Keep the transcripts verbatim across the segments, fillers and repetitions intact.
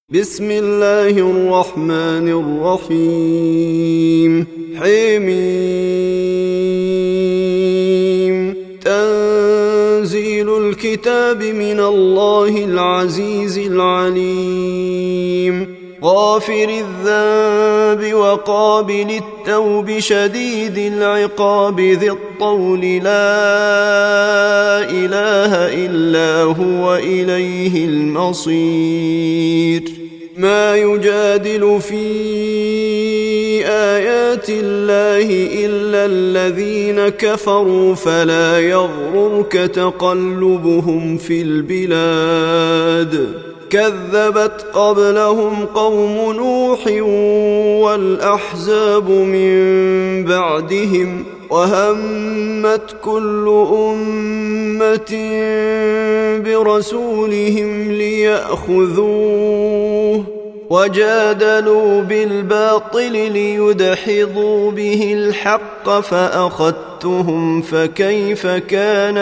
بسم الله الرحمن الرحيم حميم تنزيل الكتاب من الله العزيز العليم غافر الذنب وقابل التوب شديد العقاب ذي الطول لا إله إلا هو إليه المصير ما يجادل في آيات الله إلا الذين كفروا فلا يغررك تقلبهم في البلاد كذبت قبلهم قوم نوح والأحزاب من بعدهم وهمت كل أمة برسولهم ليأخذوه وجادلوا بالباطل ليدحضوا به الحق فأخذتهم فكيف كان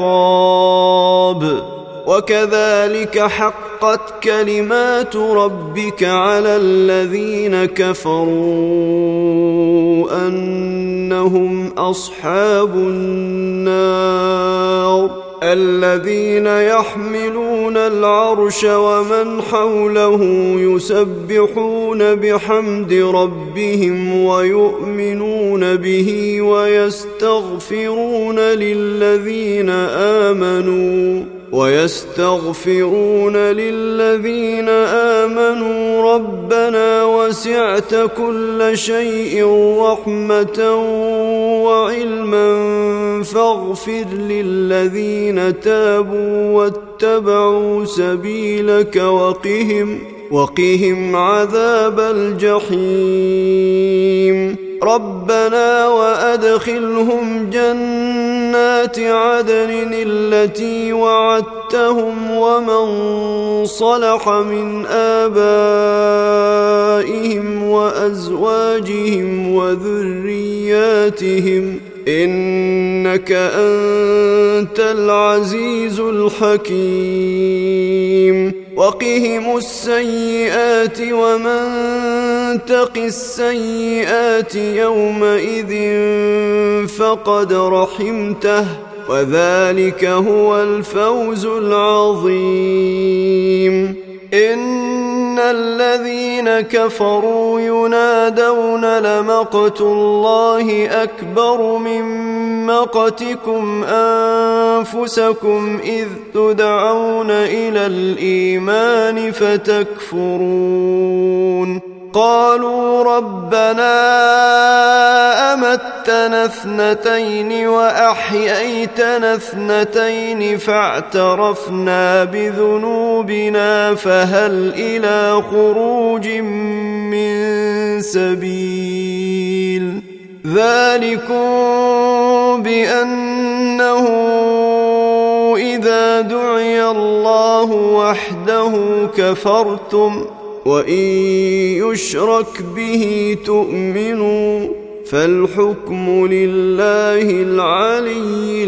عقاب وكذلك حقت كلمات ربك على الذين كفروا أنهم أصحاب النار الذين يحملون العرش ومن حوله يسبحون بحمد ربهم ويؤمنون به ويستغفرون للذين آمنوا ويستغفرون للذين آمنوا ربنا وسعت كل شيء رحمة وعلما فاغفر للذين تابوا واتبعوا سبيلك وقهم وقهم عذاب الجحيم ربنا وأدخلهم جنات عدن التي وعدتهم ومن صلح من آبائهم وأزواجهم وذرياتهم إنك أنت العزيز الحكيم وقهم السيئات ومن تق السيئات يومئذ فقد رحمته وذلك هو الفوز العظيم إن الذين كفروا ينادون لمقت الله أكبر من مقتكم أنفسكم إذ تدعون إلى الإيمان فتكفرون قالوا ربنا أمتنا اثنتين وأحييتنا اثنتين فاعترفنا بذنوبنا فهل إلى خروج من سبيل ذلكم بأنه إذا دعي الله وحده كفرتم وإن يشرك به تؤمنوا فالحكم لله العلي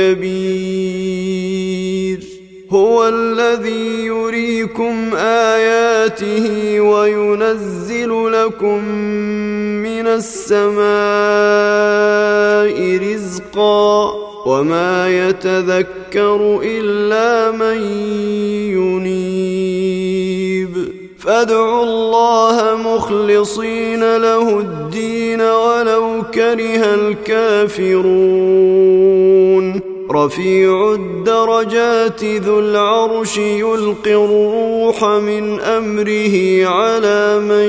الكبير هو الذي يريكم آياته وينزل لكم من السماء رزقا وما يتذكر إلا من ينيب فادعوا الله مخلصين له الدين ولو كره الكافرون رفيع الدرجات ذو العرش يلقي الروح من أمره على من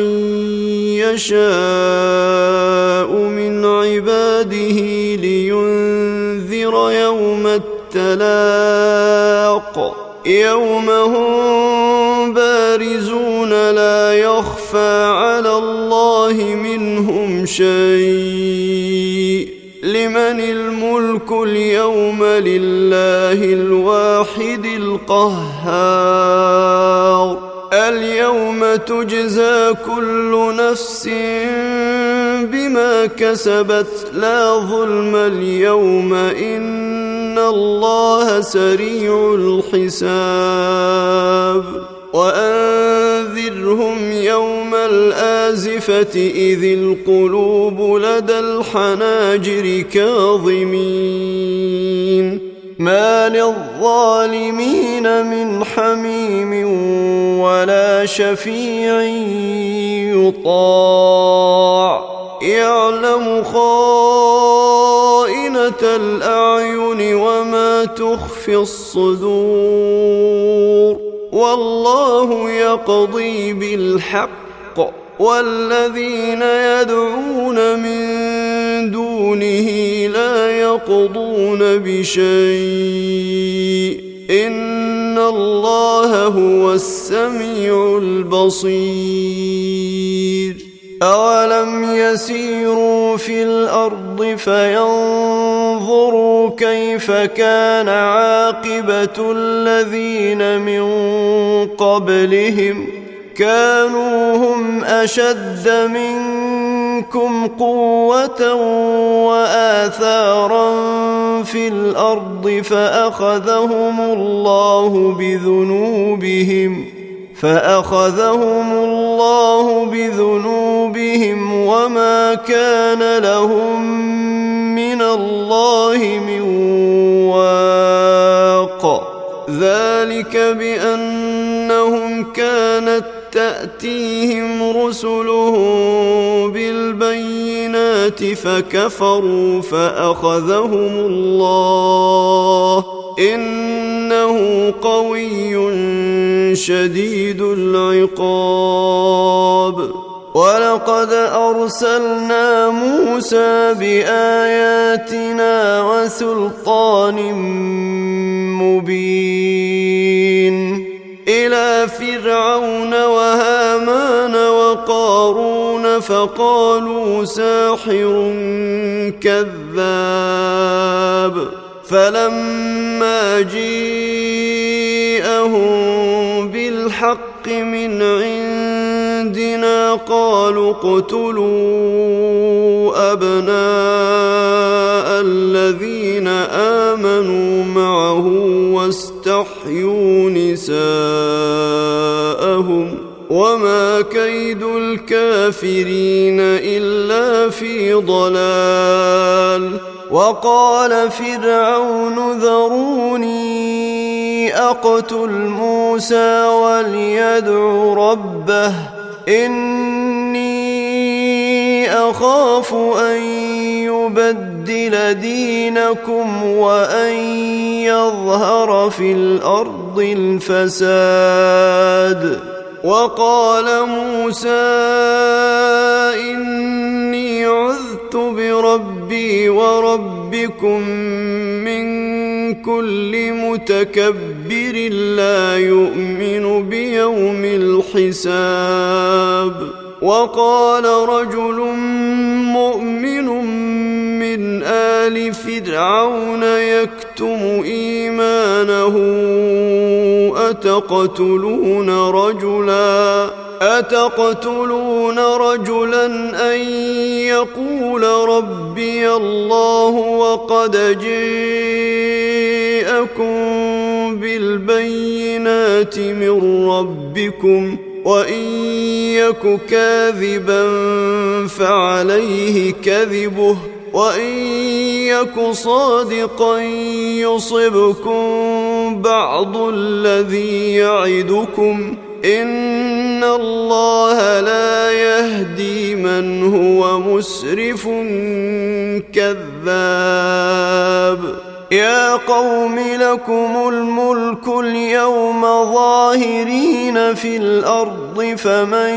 يشاء من عباده لينذر يوم التلاق يوم هم بارزون لا يخفى على الله منهم شيء لمن الملك اليوم لله الواحد القهار اليوم تجزى كل نفس بما كسبت لا ظلم اليوم إن الله سريع الحساب وأنذر يوم الآزفة إذ القلوب لدى الحناجر كاظمين ما للظالمين من حميم ولا شفيع يطاع يعلم خائنة الأعين وما تخفي الصدور والله يقضي بالحق والذين يدعون من دونه لا يقضون بشيء إن الله هو السميع البصير أولم يسيروا في الأرض فينظروا كيف كان عاقبة الذين من قبلهم كانوا هم أشد منكم قوة وآثارا في الأرض فأخذهم الله بذنوبهم فأخذهم الله بذنوبهم وما كان لهم من الله من واق ذلك بأنهم كانت تأتيهم رسلهم بالبينات فكفروا فأخذهم الله إنه قوي شديد العقاب ولقد أرسلنا موسى بآياتنا وسلطان مبين إلى فرعون وهامان وقارون فقالوا ساحر كذاب فلما جيءهم بالحق من عندنا قالوا اقتلوا أبناء الذين آمنوا معه واستحيوا نساءهم وما كيد الكافرين إلا في ضلال وقال فرعون ذروني أقتل موسى وليدع ربه إني أخاف أن يبدل دينكم وأن يظهر في الأرض الفساد وقال موسى إني عذت بربي وربكم من كل متكبر لا يؤمن بيوم الحساب وقال رجل مؤمن من آل فرعون يكتم إيمانه أتقتلون رجلا أتقتلون رجلا أن يقول ربي الله وقد جاءكم بالبينات من ربكم وإن يك كاذبا فعليه كذبه وإن يك صادقا يصبكم بعض الذي يعدكم إن الله لا يهدي من هو مسرف كذاب يا قوم لكم الملك اليوم ظاهرين في الأرض فمن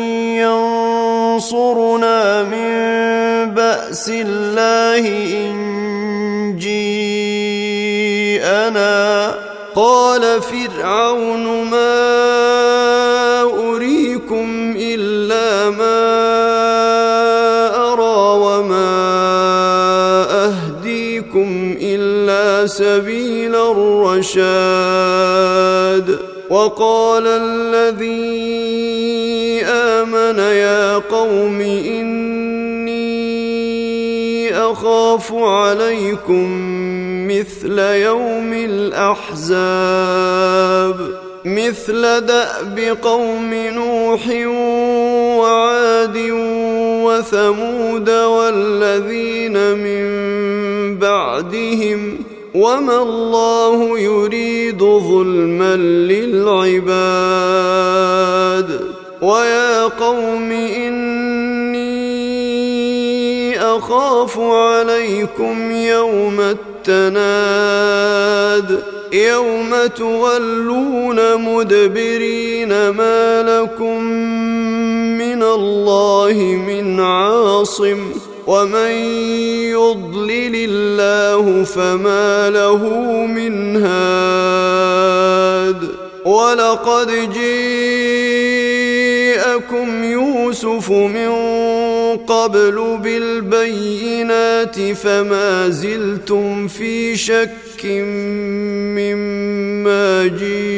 ينصرنا من بأس الله إن جيءنا قال فرعون ما أريكم إلا ما أرى وما أهديكم إلا سبيل الرشاد وقال الذي آمن يا قوم إني أخاف عليكم مثل يوم الأحزاب مثل دأب قوم نوح عاد وثمود والذين من بعدهم وما الله يريد ظلما للعباد ويا قوم إني أخاف عليكم يوم التناد يوم تولون مدبرين ما لكم من الله من عاصم ومن يضلل الله فما له من هاد ولقد جاءكم يوسف من قبل بالبينات فما زلتم في شك مما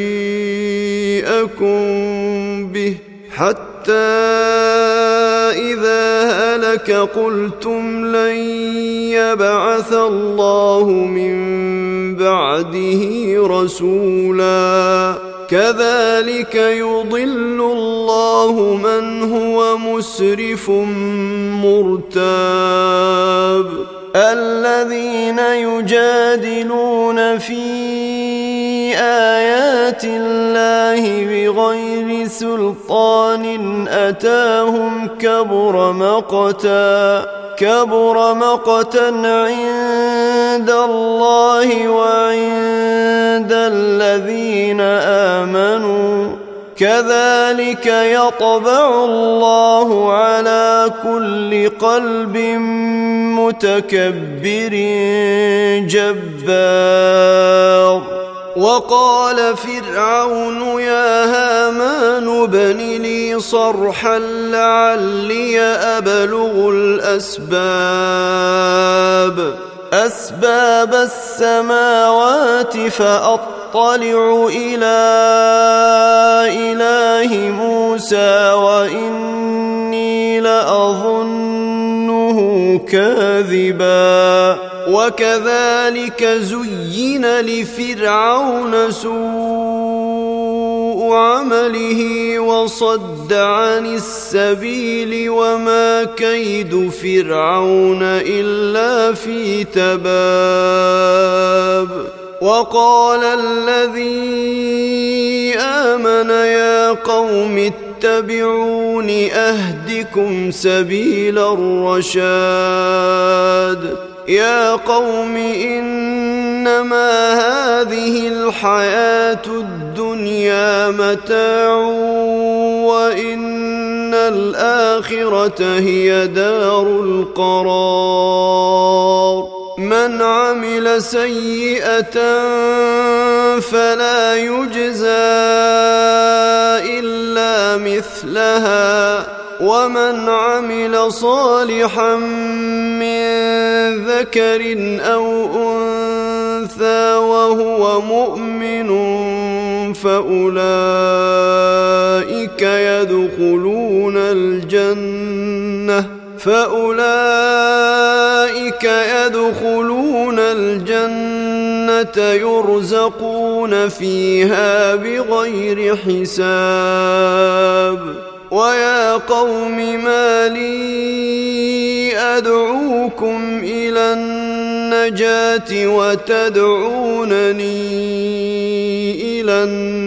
جاءكم به حتى إذا هلك قلتم لن يبعث الله من بعده رسولا كذلك يضل الله من هو مسرف مرتاب الذين يجادلون في آيات الله بغير سلطان أتاهم كبر مقتا كبر مقتا عند الله وعند الذين آمنوا كذلك يطبع الله على كل قلب متكبر جبار وقال فرعون يا هامان ابن لي صرحا لعلي أبلغ الأسباب أسباب السماوات فأطلع إلى إله موسى وإني لأظنه كاذبا وكذلك زين لفرعون سوء عمله وصد عن السبيل وما كيد فرعون إلا في تباب وقال الذي آمن يا قوم اتبعون أهدكم سبيل الرشاد يا قوم إنما هذه الحياة الدنيا متاع وإن الآخرة هي دار القرار من عمل سيئة فلا يجزى إلا مثلها ومن عمل صالحا من ذكر أو أنثى وهو مؤمن فأولئك يدخلون الجنة فأولئك يدخلون الجنة يرزقون فيها بغير حساب ويا قوم ما لي أدعوكم إلى النجاة وتدعونني إلى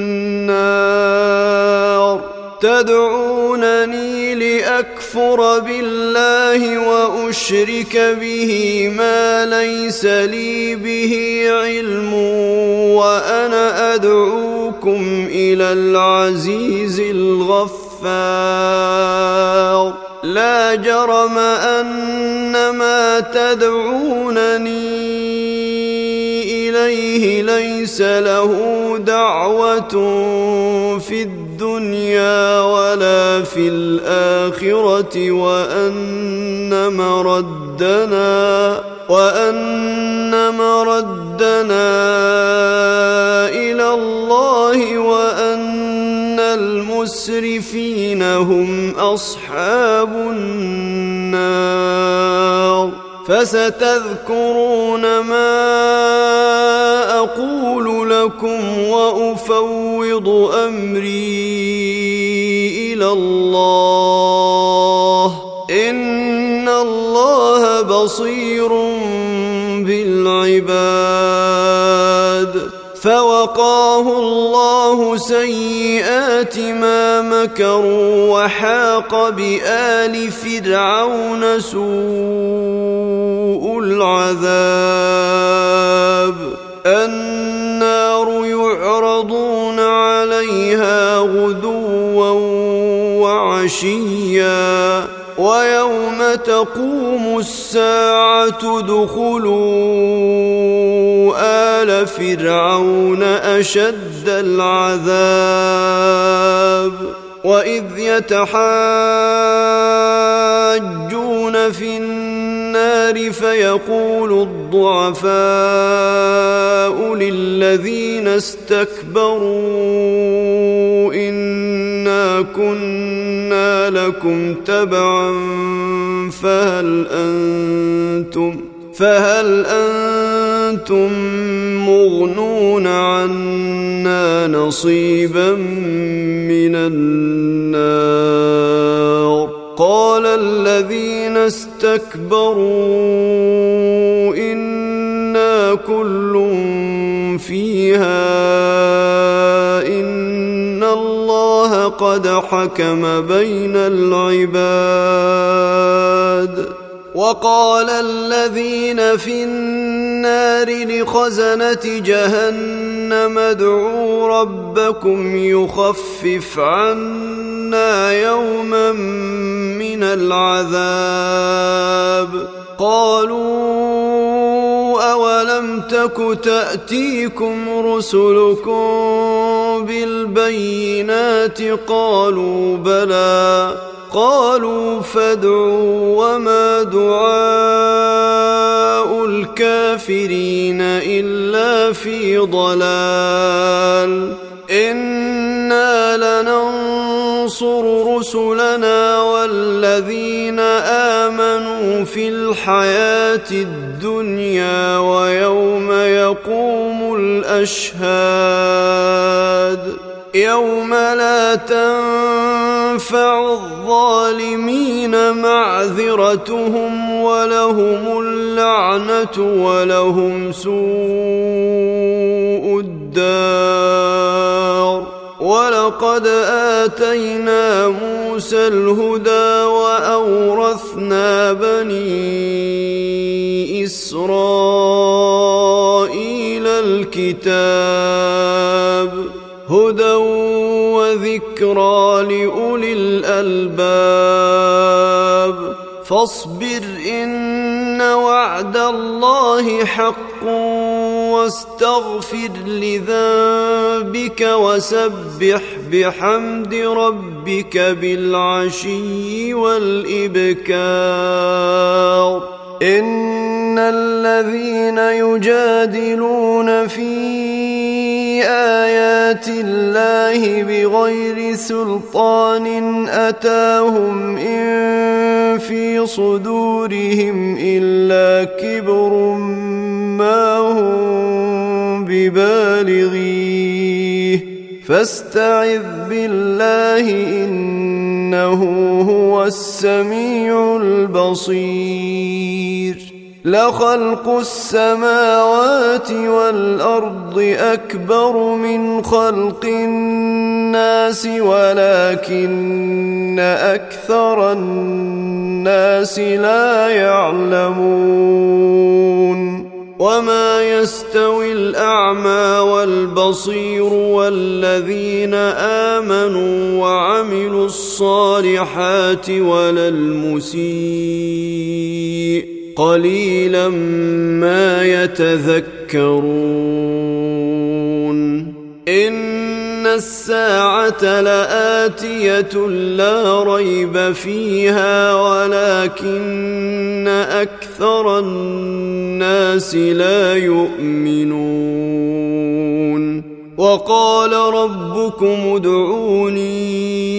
النار تدعونني لأكفر بالله وأشرك به ما ليس لي به علم وأنا أدعوكم إلى العزيز الغفار لا جرم أن ما تدعونني إليه ليس له دعوة في الدنيا ولا في الآخرة وأن مردنا وأن مردنا إلى الله وأن المسرفين هم أصحاب النار فستذكرون ما أقول لكم وأفوض أمري إلى الله إن الله بصير بالعباد فوقاه الله سيئات ما مكروا وحاق بآل فرعون سوء العذاب النار يعرضون عليها غدوا وعشيا ويوم تقوم الساعة ادخلوا آل فرعون أشد العذاب وإذ يتحاجون في النار فيقول الضعفاء للذين استكبروا إنا كنا لكم تبعا فهل أنتم فهل أنتم مغنون عنا نصيبا من النار قال الذين استكبروا إنا كل فيها إن الله قد حكم بين العباد وقال الذين في النار لخزنة جهنم ادعوا ربكم يخفف عنا يوما من العذاب قالوا أولم تك تأتيكم رسلكم بالبينات قالوا بلى قالوا فادعوا وما دعاء الكافرين إلا في ضلال إنا لننصر رسلنا والذين آمنوا في الحياة الدنيا ويوم يقوم الأشهاد يوم لا تنفع الظالمين معذرتهم ولهم اللعنة ولهم سوء الدار ولقد آتينا موسى الهدى وأورثنا بني إسرائيل الكتاب هدى وذكرى لأولي الألباب فاصبر إن وعد الله حق واستغفر لذنبك وسبح بحمد ربك بالعشي والإبكار إن الذين يجادلون في آيات الله بغير سلطان أتاهم إن في صدورهم إلا كبر ما هم ببالغيه فاستعذ بالله إنه هو السميع البصير لخلق السماوات والأرض أكبر من خلق الناس ولكن أكثر الناس لا يعلمون وما يستوي الأعمى والبصير والذين آمنوا وعملوا الصالحات ولا المسيء قليلا ما يتذكرون إن الساعة لآتية لا ريب فيها ولكن أكثر الناس لا يؤمنون وقال ربكم ادعوني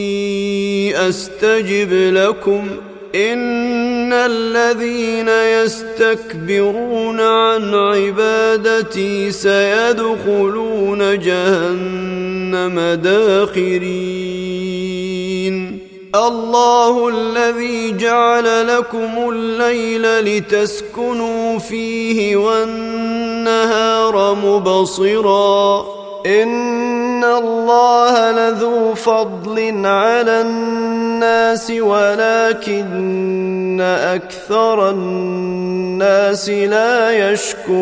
أستجب لكم إن الذين يستكبرون عن عبادتي سيدخلون جهنم داخرين الله الذي جعل لكم الليل لتسكنوا فيه والنهار مبصرا إن الله لذو فضل على الناس ولكن أكثر الناس لا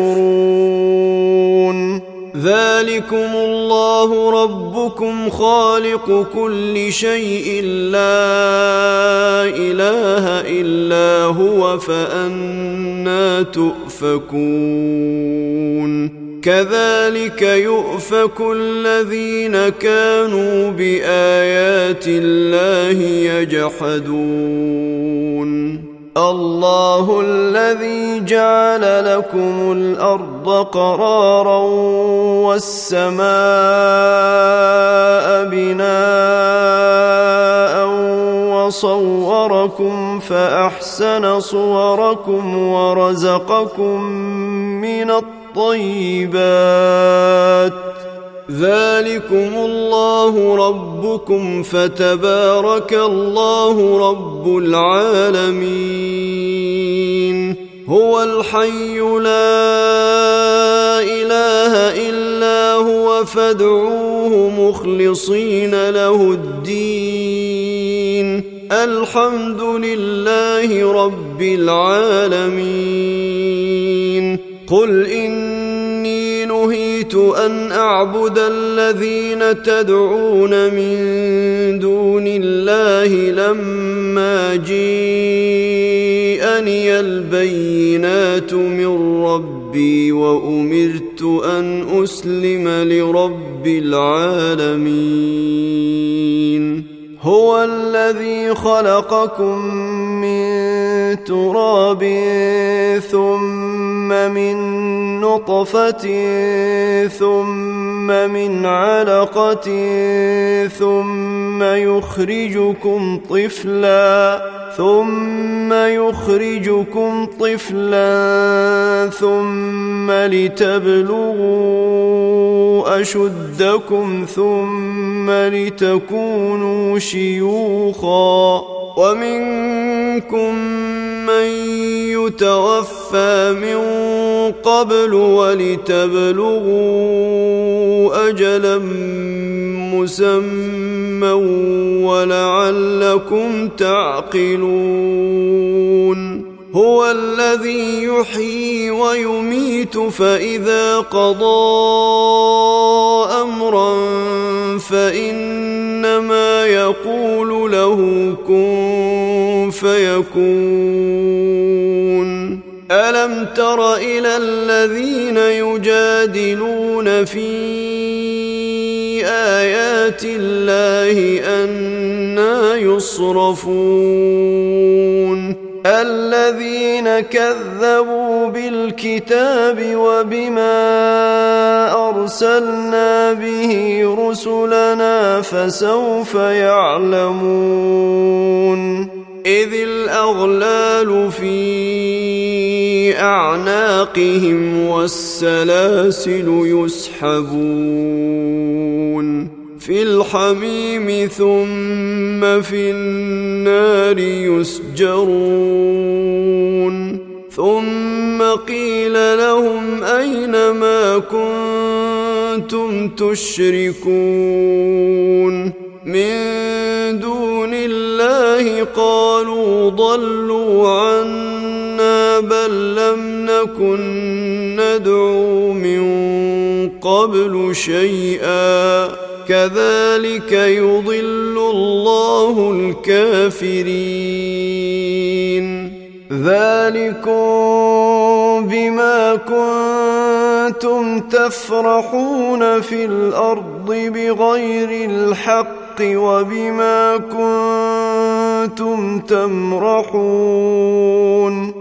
يشكرون ذلكم الله ربكم خالق كل شيء لا إله إلا هو فأنى تؤفكون كذلك يؤفك الذين كانوا بآيات الله يجحدون الله الذي جعل لكم الأرض قرارا والسماء بناء وصوركم فأحسن صوركم ورزقكم من الطيبات ذلكم الله ربكم فتبارك الله رب العالمين هو الحي لا إله إلا هو فادعوه مخلصين له الدين الحمد لله رب العالمين قل إني نهيت أن أعبد الذين تدعون من دون الله لما جيءني البينات من ربي وأمرت أن أسلم لرب العالمين هو الذي خلقكم من تراب ثم من نطفة ثم من علقة ثم يخرجكم طفلا ثم يخرجكم طفلا ثم لتبلغوا أشدكم ثم لتكونوا شيوخا ومنكم من يتوفى من قبل ولتبلغوا أجلا مسمى ولعلكم تعقلون هو الذي يحيي ويميت فإذا قضى أمرا فإنما يقول له كن فيكون ألم تر إلى الذين يجادلون في آيات الله أنى يصرفون الذين كذبوا بالكتاب وبما أرسلنا به رسلنا فسوف يعلمون إذ الأغلال في أعناقهم والسلاسل يسحبون في الحميم ثم في النار يسجرون ثم قيل لهم أين ما كنتم تشركون من دون الله قالوا ضلوا عنا بل لم نكن ندعو من قبل شيئا كذلك يضل الله الكافرين ذلكم بما كنتم تفرحون في الأرض بغير الحق وبما كنتم تمرحون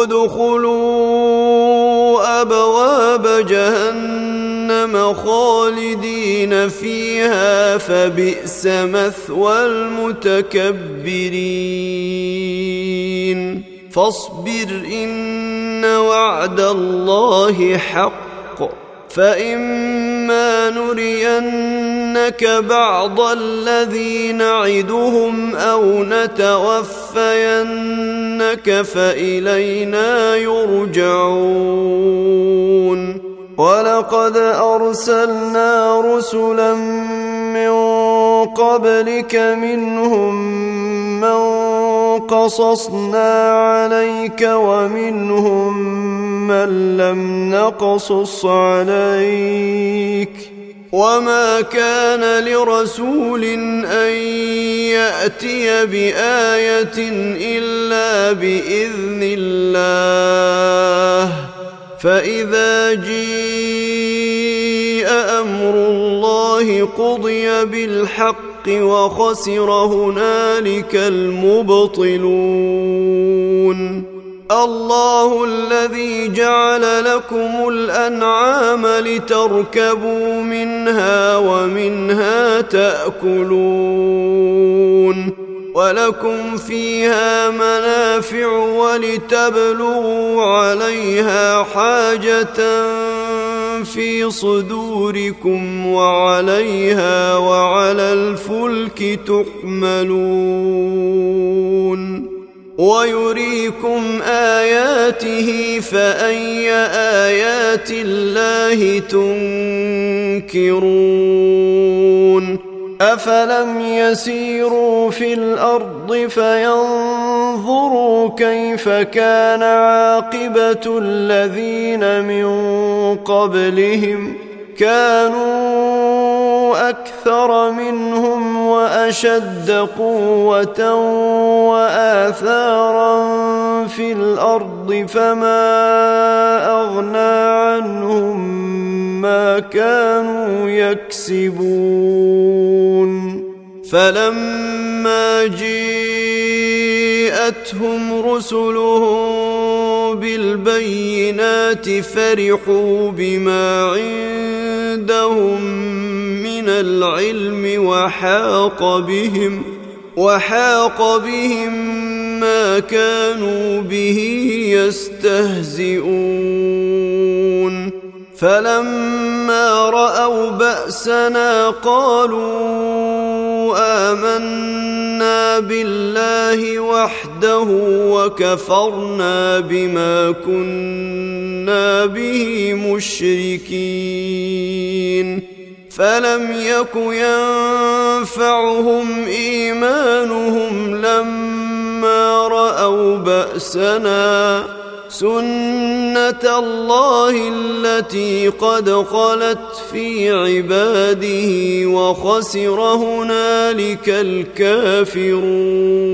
ادخلوا أبواب جهنم خالدين فيها فبئس مثوى المتكبرين فاصبر إن وعد الله حق فإما فإما نرينك بعض الذي نعدهم أو نتوفينك فإلينا يرجعون ولقد أرسلنا رسلا من قبلك منهم من قصصنا عليك ومنهم من لم نقصص عليك وما كان لرسول أن يأتي بآية إلا بإذن الله فإذا جيء أمر الله قضي بالحق وخسر هنالك المبطلون الله الذي جعل لكم الأنعام لتركبوا منها ومنها تأكلون ولكم فيها منافع ولتبلغوا عليها حاجة في صدوركم وعليها وعلى الفلك تحملون ويريكم آياته فأي آيات الله تنكرون أفلم يسيروا في الأرض فينظروا كيف كان عاقبة الذين من قبلهم كانوا أكثر منهم وأشد قوة وآثارا في الأرض فما أغنى عنهم ما كانوا يكسبون فلما جاءتهم رسلهم بالبينات فرحوا بما عندهم من العلم وحاق بهم وحاق بهم ما كانوا به يستهزئون فلما رأوا بأسنا قالوا آمنا بالله وحده وكفرنا بما كنا به مشركين فلم يك ينفعهم إيمانهم لما رأوا بأسنا سنة الله التي قد خلت في عباده وخسر هنالك الكافرون